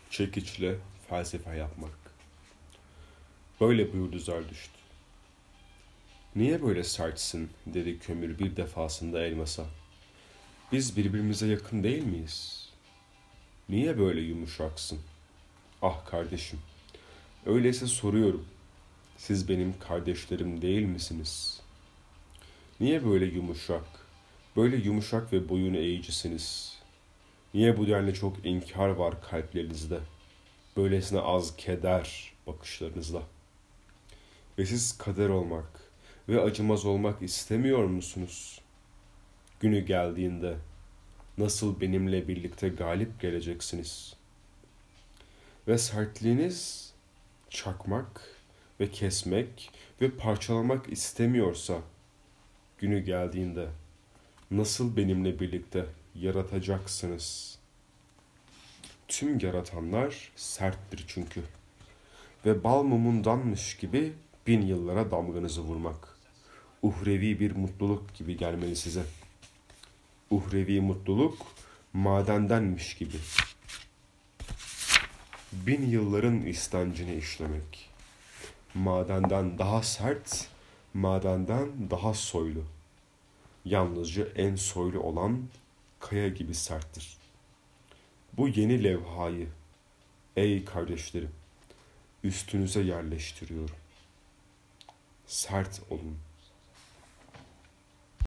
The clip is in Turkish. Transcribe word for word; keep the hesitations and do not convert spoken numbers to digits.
çekiçle felsefe yapmak. Böyle buyurdu Zerdüşt. Niye böyle sertsin dedi kömür bir defasında elmasa. Biz birbirimize yakın değil miyiz? Niye böyle yumuşaksın? Ah kardeşim, öyleyse soruyorum. Siz benim kardeşlerim değil misiniz? Niye böyle yumuşak, böyle yumuşak ve boyun eğicisiniz? Niye bu denli çok inkar var kalplerinizde? Böylesine az keder bakışlarınızda. Ve siz kader olmak ve acımaz olmak istemiyor musunuz? Günü geldiğinde nasıl benimle birlikte galip geleceksiniz? Ve sertliğiniz çakmak ve kesmek ve parçalamak istemiyorsa günü geldiğinde nasıl benimle birlikte yaratacaksınız? Tüm yaratanlar serttir çünkü. Ve bal mumundanmış gibi bin yıllara damganızı vurmak. Uhrevi bir mutluluk gibi gelmeli size. Uhrevi mutluluk madendenmiş gibi. Bin yılların istencini işlemek. Madenden daha sert, madenden daha soylu. Yalnızca en soylu olan kaya gibi serttir. Bu yeni levhayı, ey kardeşlerim, üstünüze yerleştiriyorum. Sert olun.